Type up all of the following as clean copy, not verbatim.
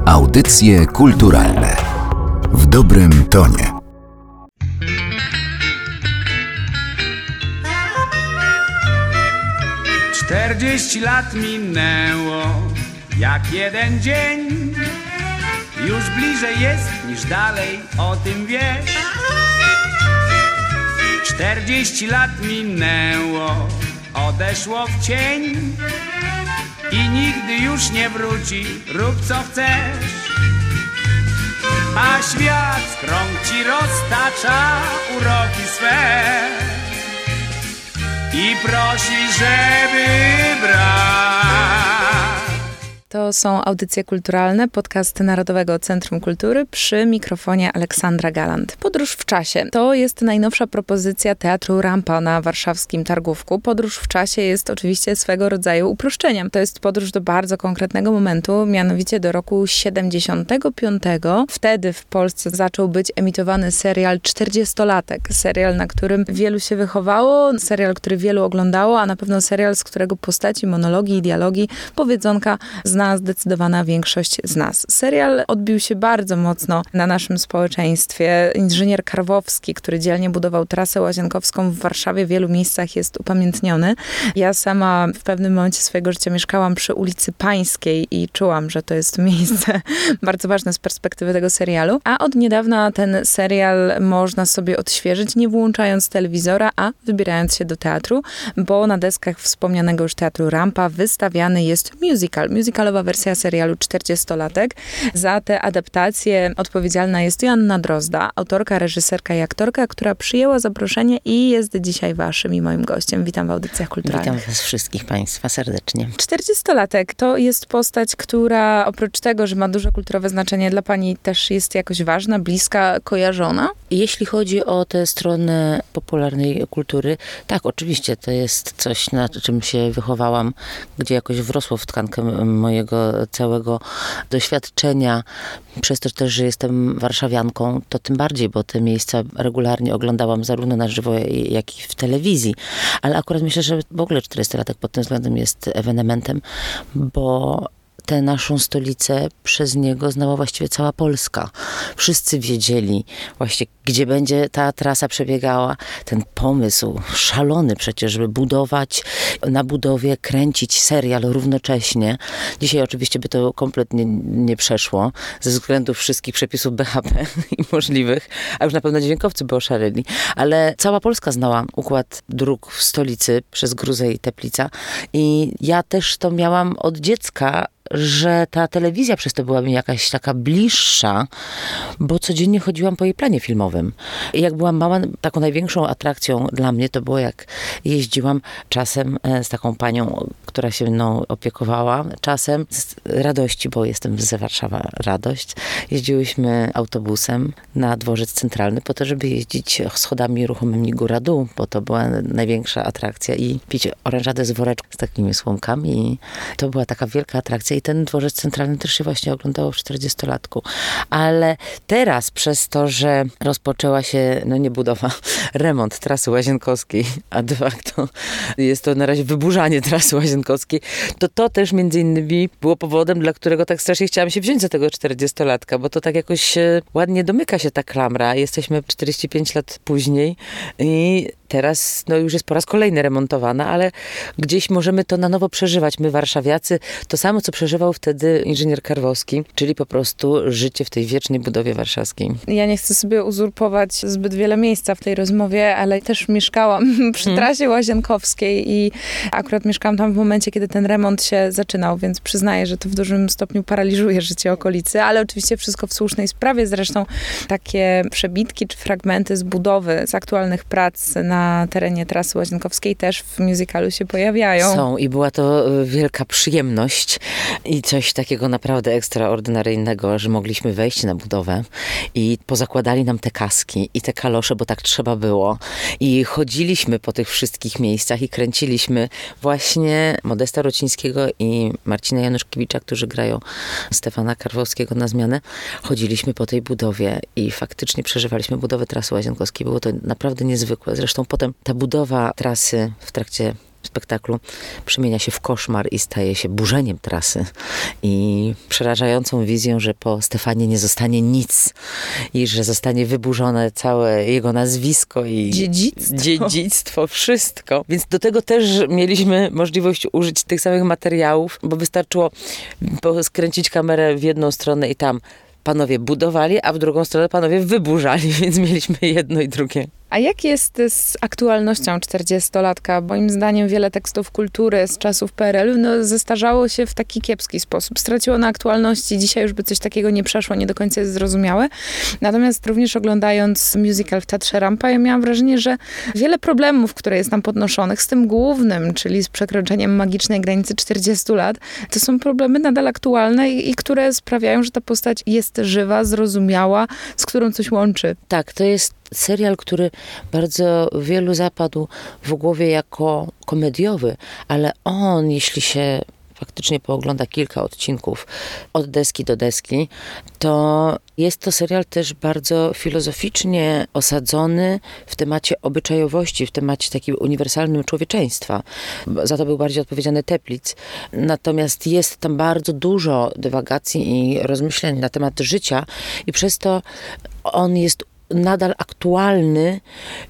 Audycje kulturalne w dobrym tonie. Czterdzieści lat minęło jak jeden dzień. Już bliżej jest niż dalej, o tym wiesz. 40 lat minęło, odeszło w cień i nigdy już nie wróci, rób co chcesz. A świat w krąg ci roztacza uroki swe i prosi, żeby brać. To są audycje kulturalne, podcast Narodowego Centrum Kultury, przy mikrofonie Aleksandra Galant. Podróż w czasie. To jest najnowsza propozycja Teatru Rampa na warszawskim Targówku. Podróż w czasie jest oczywiście swego rodzaju uproszczeniem. To jest podróż do bardzo konkretnego momentu, mianowicie do roku 75. Wtedy w Polsce zaczął być emitowany serial 40-latek. Serial, na którym wielu się wychowało, serial, który wielu oglądało, a na pewno serial, z którego postaci, monologi i dialogi, powiedzonka zna zdecydowana większość z nas. Serial odbił się bardzo mocno na naszym społeczeństwie. Inżynier Karwowski, który dzielnie budował trasę łazienkowską w Warszawie, w wielu miejscach jest upamiętniony. Ja sama w pewnym momencie swojego życia mieszkałam przy ulicy Pańskiej i czułam, że to jest miejsce bardzo ważne z perspektywy tego serialu. A od niedawna ten serial można sobie odświeżyć, nie włączając telewizora, a wybierając się do teatru, bo na deskach wspomnianego już Teatru Rampa wystawiany jest musicalowa wersja serialu 40-latek. Za tę adaptację odpowiedzialna jest Joanna Drozda, autorka, reżyserka i aktorka, która przyjęła zaproszenie i jest dzisiaj waszym i moim gościem. Witam w audycjach kulturalnych. Witam was wszystkich państwa serdecznie. 40-latek to jest postać, która oprócz tego, że ma duże kulturowe znaczenie, dla pani też jest jakoś ważna, bliska, kojarzona? Jeśli chodzi o tę stronę popularnej kultury, tak, oczywiście to jest coś, na czym się wychowałam, gdzie jakoś wrosło w tkankę mojego całego doświadczenia. Przez to też, że jestem warszawianką, to tym bardziej, bo te miejsca regularnie oglądałam zarówno na żywo, jak i w telewizji. Ale akurat myślę, że w ogóle 40-latek pod tym względem jest ewenementem, bo tę naszą stolicę przez niego znała właściwie cała Polska. Wszyscy wiedzieli właśnie, gdzie będzie ta trasa przebiegała. Ten pomysł szalony przecież, żeby budować na budowie, kręcić serial równocześnie. Dzisiaj oczywiście by to kompletnie nie przeszło, ze względu wszystkich przepisów BHP i możliwych, a już na pewno dźwiękowcy by oszaleli. Ale cała Polska znała układ dróg w stolicy przez Gruzę i Teplica. I ja też to miałam od dziecka, że ta telewizja przez to była mi jakaś taka bliższa, bo codziennie chodziłam po jej planie filmowym. I jak byłam mała, taką największą atrakcją dla mnie to było, jak jeździłam czasem z taką panią, która się mną opiekowała, czasem z radości, bo jestem z Warszawa Radość. Jeździłyśmy autobusem na dworzec centralny po to, żeby jeździć schodami ruchomymi góra-dół, bo to była największa atrakcja i pić orężadę z woreczku z takimi słomkami. I to była taka wielka atrakcja. I ten dworzec centralny też się właśnie oglądało w 40-latku. Ale teraz przez to, że rozpoczęła się, nie budowa, remont trasy łazienkowskiej, a de facto jest to na razie wyburzanie trasy łazienkowskiej, to też między innymi było powodem, dla którego tak strasznie chciałam się wziąć za tego 40-latka, bo to tak jakoś ładnie domyka się ta klamra. Jesteśmy 45 lat później i teraz już jest po raz kolejny remontowana, ale gdzieś możemy to na nowo przeżywać. My warszawiacy, to samo, co przeżywał wtedy inżynier Karwowski, czyli po prostu życie w tej wiecznej budowie warszawskiej. Ja nie chcę sobie uzurpować zbyt wiele miejsca w tej rozmowie, ale też mieszkałam przy trasie łazienkowskiej i akurat mieszkałam tam w momencie, kiedy ten remont się zaczynał, więc przyznaję, że to w dużym stopniu paraliżuje życie okolicy, ale oczywiście wszystko w słusznej sprawie. Zresztą takie przebitki czy fragmenty z budowy, z aktualnych prac na terenie trasy łazienkowskiej też w musicalu się pojawiają. Są i była to wielka przyjemność i coś takiego naprawdę ekstraordynaryjnego, że mogliśmy wejść na budowę i pozakładali nam te kaski i te kalosze, bo tak trzeba było. I chodziliśmy po tych wszystkich miejscach i kręciliśmy właśnie Modesta Rocińskiego i Marcina Januszkiewicza, którzy grają Stefana Karwowskiego na zmianę. Chodziliśmy po tej budowie i faktycznie przeżywaliśmy budowę trasy łazienkowskiej. Było to naprawdę niezwykłe. Zresztą potem ta budowa trasy w trakcie spektaklu przemienia się w koszmar i staje się burzeniem trasy i przerażającą wizją, że po Stefanie nie zostanie nic i że zostanie wyburzone całe jego nazwisko i dziedzictwo, wszystko. Więc do tego też mieliśmy możliwość użyć tych samych materiałów, bo wystarczyło skręcić kamerę w jedną stronę i tam panowie budowali, a w drugą stronę panowie wyburzali, więc mieliśmy jedno i drugie. A jak jest z aktualnością 40-latka? Moim zdaniem wiele tekstów kultury z czasów PRL-u zestarzało się w taki kiepski sposób. Straciło na aktualności. Dzisiaj już by coś takiego nie przeszło, nie do końca jest zrozumiałe. Natomiast również oglądając musical w Teatrze Rampa, ja miałam wrażenie, że wiele problemów, które jest tam podnoszonych, z tym głównym, czyli z przekroczeniem magicznej granicy 40 lat, to są problemy nadal aktualne i które sprawiają, że ta postać jest żywa, zrozumiała, z którą coś łączy. Tak, to jest serial, który bardzo wielu zapadł w głowie jako komediowy, ale on, jeśli się faktycznie poogląda kilka odcinków od deski do deski, to jest to serial też bardzo filozoficznie osadzony w temacie obyczajowości, w temacie takim uniwersalnym człowieczeństwa. Za to był bardziej odpowiedzialny Teplitz. Natomiast jest tam bardzo dużo dywagacji i rozmyśleń na temat życia i przez to on jest nadal aktualny,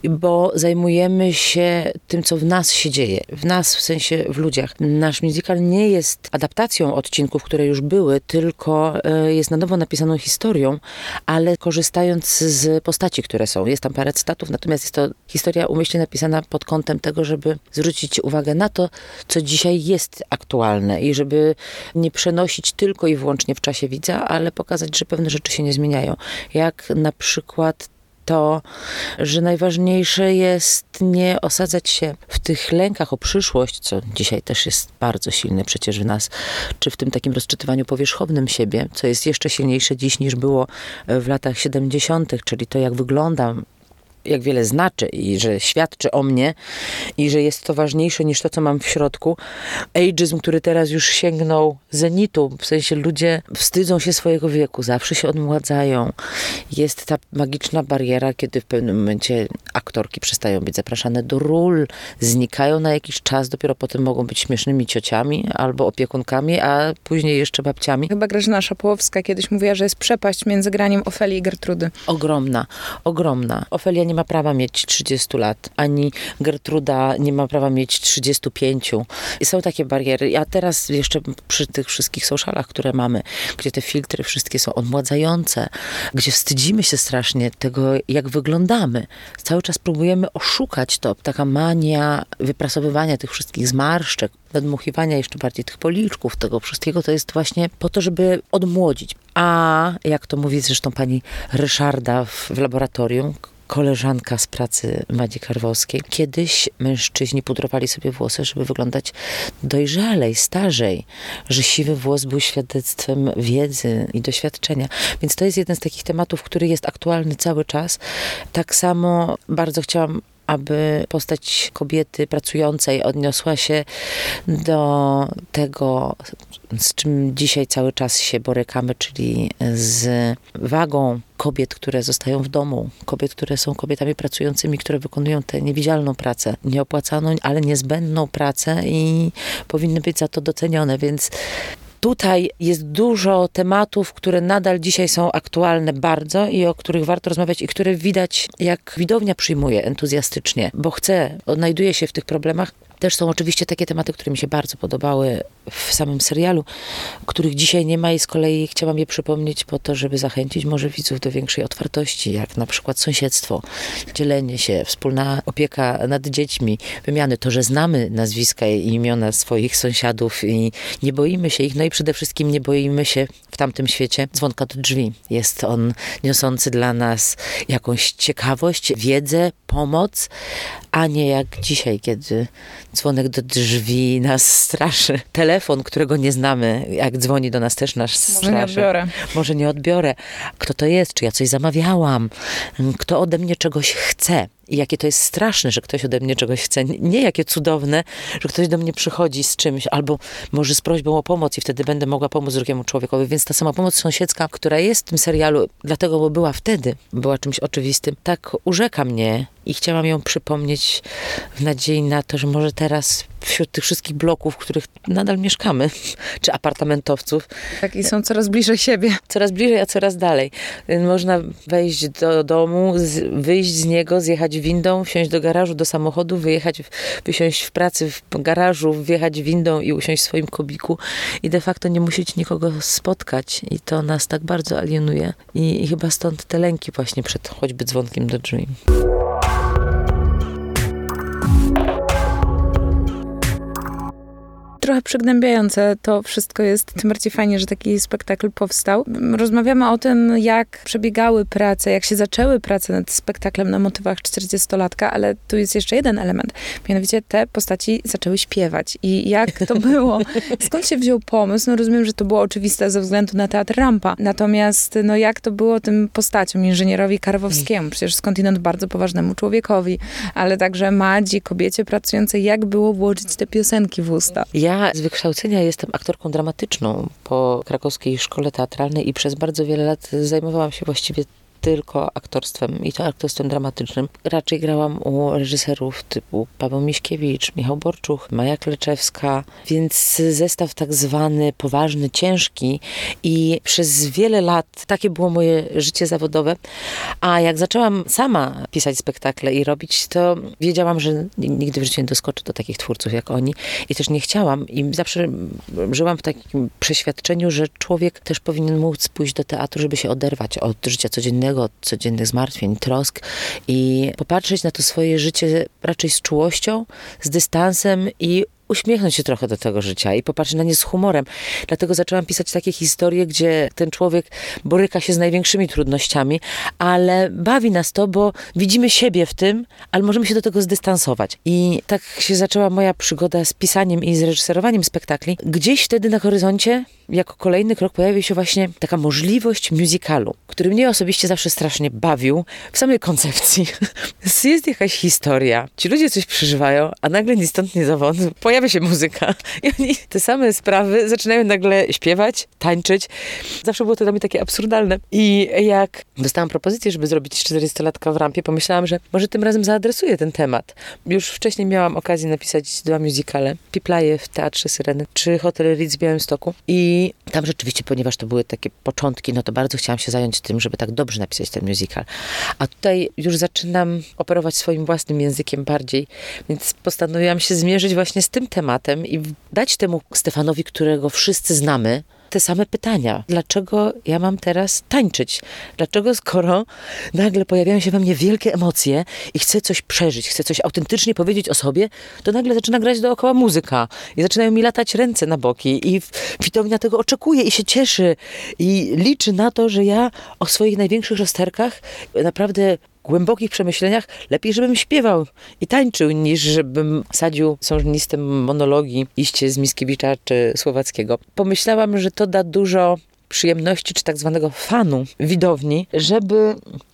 bo zajmujemy się tym, co w nas się dzieje. W nas, w sensie w ludziach. Nasz musical nie jest adaptacją odcinków, które już były, tylko jest na nowo napisaną historią, ale korzystając z postaci, które są. Jest tam parę cytatów, natomiast jest to historia umyślnie napisana pod kątem tego, żeby zwrócić uwagę na to, co dzisiaj jest aktualne i żeby nie przenosić tylko i wyłącznie w czasie widza, ale pokazać, że pewne rzeczy się nie zmieniają. Jak na przykład to, że najważniejsze jest nie osadzać się w tych lękach o przyszłość, co dzisiaj też jest bardzo silne przecież w nas, czy w tym takim rozczytywaniu powierzchownym siebie, co jest jeszcze silniejsze dziś niż było w latach 70., czyli to, jak wyglądam, jak wiele znaczy i że świadczy o mnie i że jest to ważniejsze niż to, co mam w środku. Ageizm, który teraz już sięgnął zenitu, w sensie ludzie wstydzą się swojego wieku, zawsze się odmładzają. Jest ta magiczna bariera, kiedy w pewnym momencie aktorki przestają być zapraszane do ról, znikają na jakiś czas, dopiero potem mogą być śmiesznymi ciociami albo opiekunkami, a później jeszcze babciami. Chyba Grażyna Szapołowska kiedyś mówiła, że jest przepaść między graniem Ofelii i Gertrudy. Ogromna, ogromna. Ofelia nie ma prawa mieć 30 lat, ani Gertruda nie ma prawa mieć 35. I są takie bariery. A teraz jeszcze przy tych wszystkich socialach, które mamy, gdzie te filtry wszystkie są odmładzające, gdzie wstydzimy się strasznie tego, jak wyglądamy. Cały czas próbujemy oszukać to. Taka mania wyprasowywania tych wszystkich zmarszczek, nadmuchiwania jeszcze bardziej tych policzków, tego wszystkiego, to jest właśnie po to, żeby odmłodzić. A jak to mówi zresztą pani Ryszarda w laboratorium, koleżanka z pracy Madzi Karwowskiej. Kiedyś mężczyźni pudrowali sobie włosy, żeby wyglądać dojrzalej, starzej, że siwy włos był świadectwem wiedzy i doświadczenia. Więc to jest jeden z takich tematów, który jest aktualny cały czas. Tak samo bardzo chciałam, aby postać kobiety pracującej odniosła się do tego, z czym dzisiaj cały czas się borykamy, czyli z wagą kobiet, które zostają w domu, kobiet, które są kobietami pracującymi, które wykonują tę niewidzialną pracę, nieopłacaną, ale niezbędną pracę i powinny być za to docenione, więc tutaj jest dużo tematów, które nadal dzisiaj są aktualne bardzo i o których warto rozmawiać i które widać, jak widownia przyjmuje entuzjastycznie, bo odnajduje się w tych problemach. Też są oczywiście takie tematy, które mi się bardzo podobały w samym serialu, których dzisiaj nie ma i z kolei chciałam je przypomnieć po to, żeby zachęcić może widzów do większej otwartości, jak na przykład sąsiedztwo, dzielenie się, wspólna opieka nad dziećmi, wymiany, to, że znamy nazwiska i imiona swoich sąsiadów i nie boimy się ich, no i przede wszystkim nie boimy się w tamtym świecie dzwonka do drzwi. Jest on niosący dla nas jakąś ciekawość, wiedzę, pomoc, a nie jak dzisiaj, kiedy dzwonek do drzwi nas straszy. Telefon, którego nie znamy, jak dzwoni do nas, też nas straszy. Może nie odbiorę. Może nie odbiorę. Kto to jest? Czy ja coś zamawiałam? Kto ode mnie czegoś chce? I jakie to jest straszne, że ktoś ode mnie czegoś chce. Nie jakie cudowne, że ktoś do mnie przychodzi z czymś, albo może z prośbą o pomoc i wtedy będę mogła pomóc drugiemu człowiekowi. Więc ta sama pomoc sąsiedzka, która jest w tym serialu, dlatego, bo była wtedy, była czymś oczywistym, tak urzeka mnie i chciałam ją przypomnieć w nadziei na to, że może teraz wśród tych wszystkich bloków, w których nadal mieszkamy, czy apartamentowców. Tak, i są coraz bliżej siebie. Coraz bliżej, a coraz dalej. Można wejść do domu, wyjść z niego, zjechać windą, wsiąść do garażu, do samochodu, wysiąść w pracy w garażu, wjechać windą i usiąść w swoim kobiku i de facto nie musieć nikogo spotkać. I to nas tak bardzo alienuje. I chyba stąd te lęki właśnie przed choćby dzwonkiem do drzwi. Trochę przygnębiające to wszystko jest, tym bardziej fajnie, że taki spektakl powstał. Rozmawiamy o tym, jak przebiegały prace, jak się zaczęły prace nad spektaklem na motywach 40-latka, ale tu jest jeszcze jeden element. Mianowicie te postaci zaczęły śpiewać. I jak to było? Skąd się wziął pomysł? No rozumiem, że to było oczywiste ze względu na Teatr Rampa. Natomiast no jak to było tym postaciom, inżynierowi Karwowskiemu, przecież skądinąd bardzo poważnemu człowiekowi, ale także Madzi, kobiecie pracującej, jak było włożyć te piosenki w usta? Ja z wykształcenia jestem aktorką dramatyczną po Krakowskiej Szkole Teatralnej i przez bardzo wiele lat zajmowałam się właściwie tylko aktorstwem i to aktorstwem dramatycznym. Raczej grałam u reżyserów typu Paweł Miśkiewicz, Michał Borczuch, Maja Kleczewska, więc zestaw tak zwany poważny, ciężki i przez wiele lat takie było moje życie zawodowe. A jak zaczęłam sama pisać spektakle i robić, to wiedziałam, że nigdy w życiu nie doskoczę do takich twórców jak oni i też nie chciałam i zawsze żyłam w takim przeświadczeniu, że człowiek też powinien móc pójść do teatru, żeby się oderwać od życia codziennego, od codziennych zmartwień, trosk i popatrzeć na to swoje życie raczej z czułością, z dystansem i uśmiechnąć się trochę do tego życia i popatrzeć na nie z humorem. Dlatego zaczęłam pisać takie historie, gdzie ten człowiek boryka się z największymi trudnościami, ale bawi nas to, bo widzimy siebie w tym, ale możemy się do tego zdystansować. I tak się zaczęła moja przygoda z pisaniem i z reżyserowaniem spektakli. Gdzieś wtedy na horyzoncie, jako kolejny krok, pojawiła się właśnie taka możliwość musicalu, który mnie osobiście zawsze strasznie bawił w samej koncepcji. Jest jakaś historia, ci ludzie coś przeżywają, a nagle ni stąd, ni zowąd pojawia się muzyka i oni te same sprawy zaczynają nagle śpiewać, tańczyć. Zawsze było to dla mnie takie absurdalne. I jak dostałam propozycję, żeby zrobić 40-latka w Rampie, pomyślałam, że może tym razem zaadresuję ten temat. Już wcześniej miałam okazję napisać 2 musicale. Piplaje w Teatrze Syreny, czy Hotel Ritz w Białymstoku. I tam rzeczywiście, ponieważ to były takie początki, no to bardzo chciałam się zająć tym, żeby tak dobrze napisać ten musical. A tutaj już zaczynam operować swoim własnym językiem bardziej, więc postanowiłam się zmierzyć właśnie z tym tematem i dać temu Stefanowi, którego wszyscy znamy, te same pytania. Dlaczego ja mam teraz tańczyć? Dlaczego skoro nagle pojawiają się we mnie wielkie emocje i chcę coś przeżyć, chcę coś autentycznie powiedzieć o sobie, to nagle zaczyna grać dookoła muzyka i zaczynają mi latać ręce na boki i widownia tego oczekuje i się cieszy i liczy na to, że ja o swoich największych rozterkach naprawdę głębokich przemyśleniach lepiej, żebym śpiewał i tańczył, niż żebym sadził sążnistym monologi iście z Mickiewicza czy Słowackiego. Pomyślałam, że to da dużo przyjemności czy tak zwanego fanu widowni, żeby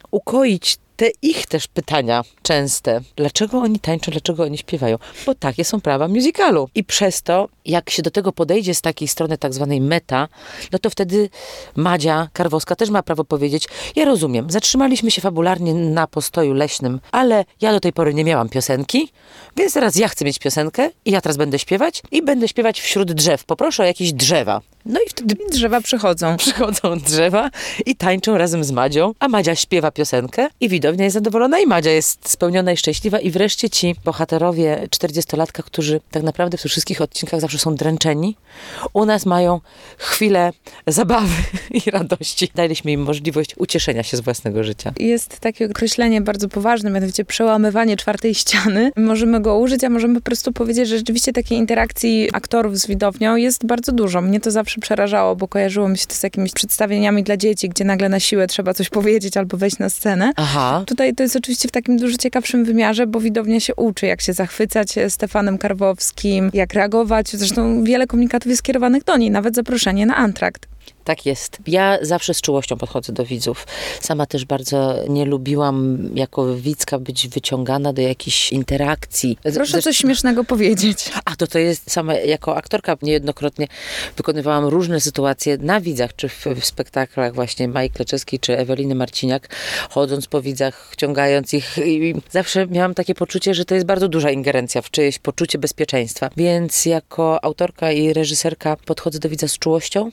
ukoić te ich też pytania częste. Dlaczego oni tańczą, dlaczego oni śpiewają? Bo takie są prawa musicalu. I przez to, jak się do tego podejdzie z takiej strony tak zwanej meta, no to wtedy Madzia Karwowska też ma prawo powiedzieć, ja rozumiem, zatrzymaliśmy się fabularnie na postoju leśnym, ale ja do tej pory nie miałam piosenki, więc teraz ja chcę mieć piosenkę i ja teraz będę śpiewać i będę śpiewać wśród drzew. Poproszę o jakieś drzewa. No i wtedy drzewa przychodzą. Przychodzą drzewa i tańczą razem z Madzią, a Madzia śpiewa piosenkę i widownia jest zadowolona i Madzia jest spełniona i szczęśliwa i wreszcie ci bohaterowie 40-latka, którzy tak naprawdę w tych wszystkich odcinkach zawsze są dręczeni, u nas mają chwilę zabawy i radości. Daliśmy im możliwość ucieszenia się z własnego życia. Jest takie określenie bardzo poważne, mianowicie przełamywanie czwartej ściany. Możemy go użyć, a możemy po prostu powiedzieć, że rzeczywiście takiej interakcji aktorów z widownią jest bardzo dużo. Mnie to zawsze przerażało, bo kojarzyło mi się to z jakimiś przedstawieniami dla dzieci, gdzie nagle na siłę trzeba coś powiedzieć albo wejść na scenę. Aha. Tutaj to jest oczywiście w takim dużo ciekawszym wymiarze, bo widownia się uczy, jak się zachwycać Stefanem Karwowskim, jak reagować. Zresztą wiele komunikatów jest skierowanych do niej, nawet zaproszenie na antrakt. Tak jest. Ja zawsze z czułością podchodzę do widzów. Sama też bardzo nie lubiłam jako widzka być wyciągana do jakichś interakcji. Proszę coś śmiesznego powiedzieć. To jest sama jako aktorka niejednokrotnie wykonywałam różne sytuacje na widzach, czy w spektaklach właśnie Mai Kleczewskiej, czy Eweliny Marciniak, chodząc po widzach, wciągając ich i zawsze miałam takie poczucie, że to jest bardzo duża ingerencja w czyjeś poczucie bezpieczeństwa. Więc jako autorka i reżyserka podchodzę do widza z czułością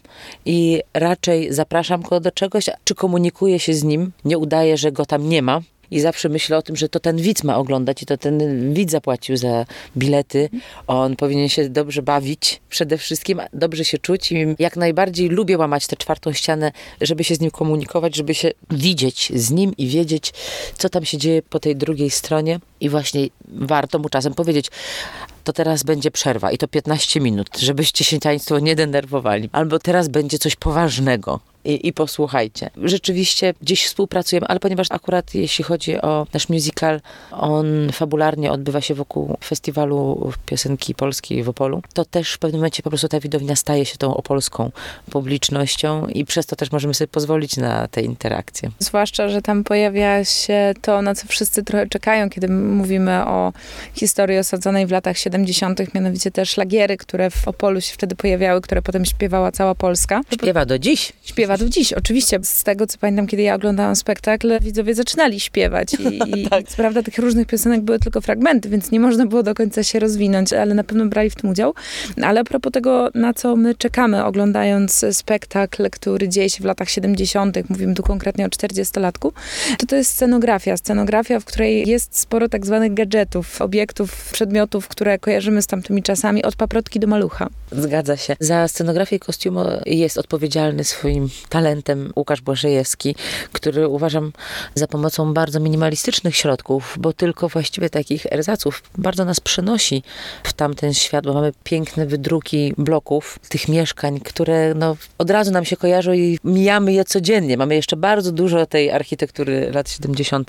i raczej zapraszam go do czegoś, czy komunikuję się z nim, nie udaję, że go tam nie ma. I zawsze myślę o tym, że to ten widz ma oglądać i to ten widz zapłacił za bilety. On powinien się dobrze bawić przede wszystkim, dobrze się czuć i jak najbardziej lubię łamać tę czwartą ścianę, żeby się z nim komunikować, żeby się widzieć z nim i wiedzieć, co tam się dzieje po tej drugiej stronie. I właśnie warto mu czasem powiedzieć, to teraz będzie przerwa i to 15 minut, żebyście się państwo nie denerwowali. Albo teraz będzie coś poważnego. I posłuchajcie. Rzeczywiście gdzieś współpracujemy, ale ponieważ akurat jeśli chodzi o nasz musical, on fabularnie odbywa się wokół festiwalu piosenki polskiej w Opolu, to też w pewnym momencie po prostu ta widownia staje się tą opolską publicznością i przez to też możemy sobie pozwolić na te interakcje. Zwłaszcza, że tam pojawia się to, na co wszyscy trochę czekają, kiedy mówimy o historii osadzonej w latach 70., mianowicie te szlagiery, które w Opolu się wtedy pojawiały, które potem śpiewała cała Polska. Śpiewa do dziś. Śpiewa do dziś, oczywiście. Z tego, co pamiętam, kiedy ja oglądałam spektakl, widzowie zaczynali śpiewać i Tak. co prawda tych różnych piosenek były tylko fragmenty, więc nie można było do końca się rozwinąć, ale na pewno brali w tym udział. Ale a propos tego, na co my czekamy, oglądając spektakl, który dzieje się w latach 70., mówimy tu konkretnie o 40-latku, to jest scenografia, w której jest sporo tak zwanych gadżetów, obiektów, przedmiotów, które kojarzymy z tamtymi czasami, od paprotki do malucha. Zgadza się. Za scenografię i kostiumu jest odpowiedzialny swoim talentem Łukasz Błażejewski, który uważam za pomocą bardzo minimalistycznych środków, bo tylko właściwie takich erzaców bardzo nas przenosi w tamten świat, bo mamy piękne wydruki bloków, tych mieszkań, które od razu nam się kojarzą i mijamy je codziennie. Mamy jeszcze bardzo dużo tej architektury lat 70.,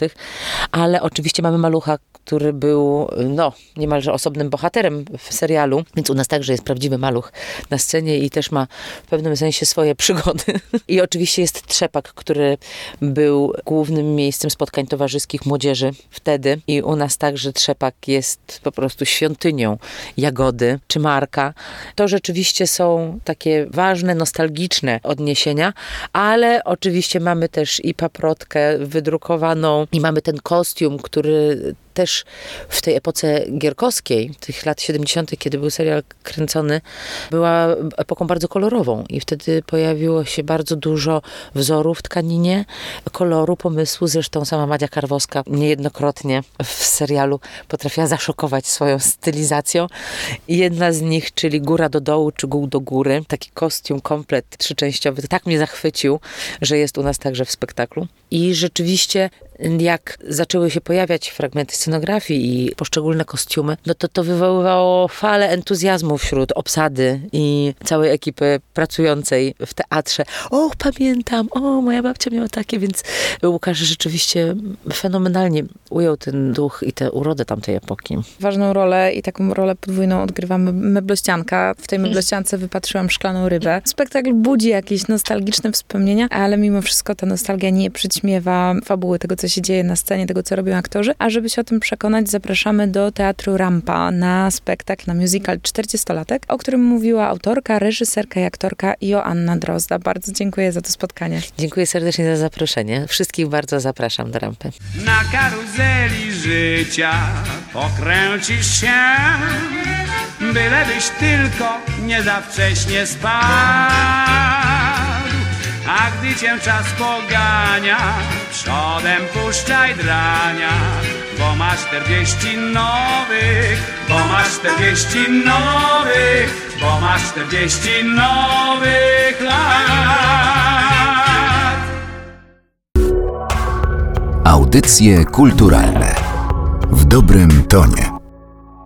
ale oczywiście mamy malucha, który był niemalże osobnym bohaterem w serialu, więc u nas także jest prawdziwy maluch na scenie i też ma w pewnym sensie swoje przygody. I oczywiście jest Trzepak, który był głównym miejscem spotkań towarzyskich młodzieży wtedy i u nas także Trzepak jest po prostu świątynią Jagody czy Marka. To rzeczywiście są takie ważne, nostalgiczne odniesienia, ale oczywiście mamy też i paprotkę wydrukowaną i mamy ten kostium, który też w tej epoce gierkowskiej, tych lat 70., kiedy był serial kręcony, była epoką bardzo kolorową i wtedy pojawiło się bardzo dużo wzorów w tkaninie, koloru, pomysłu. Zresztą sama Madzia Karwowska niejednokrotnie w serialu potrafiła zaszokować swoją stylizacją. Jedna z nich, czyli Góra do dołu, czy Gół do góry, taki kostium, komplet trzyczęściowy, to tak mnie zachwycił, że jest u nas także w spektaklu. I rzeczywiście jak zaczęły się pojawiać fragmenty scenografii i poszczególne kostiumy, to wywoływało falę entuzjazmu wśród obsady i całej ekipy pracującej w teatrze. Pamiętam, moja babcia miała takie, więc Łukasz rzeczywiście fenomenalnie ujął ten duch i tę urodę tamtej epoki. Ważną rolę i taką rolę podwójną odgrywa meblościanka. W tej meblościance wypatrzyłam szklaną rybę. Spektakl budzi jakieś nostalgiczne wspomnienia, ale mimo wszystko ta nostalgia nie przyćmiewa fabuły tego, co się dzieje na scenie, tego, co robią aktorzy. A żeby się o tym przekonać, zapraszamy do Teatru Rampa na spektakl, na musical 40-latek, o którym mówiła autorka, reżyserka i aktorka Joanna Drozda. Bardzo dziękuję za to spotkanie. Dziękuję serdecznie za zaproszenie. Wszystkich bardzo zapraszam do Rampy. Na karuzeli życia pokręcisz się, bylebyś tylko nie za wcześnie spadł. A gdy cię czas pogania, przodem puszczaj drania, bo masz 40 nowych, bo masz 40 nowych, bo masz 40 nowych lat. Audycje kulturalne w dobrym tonie.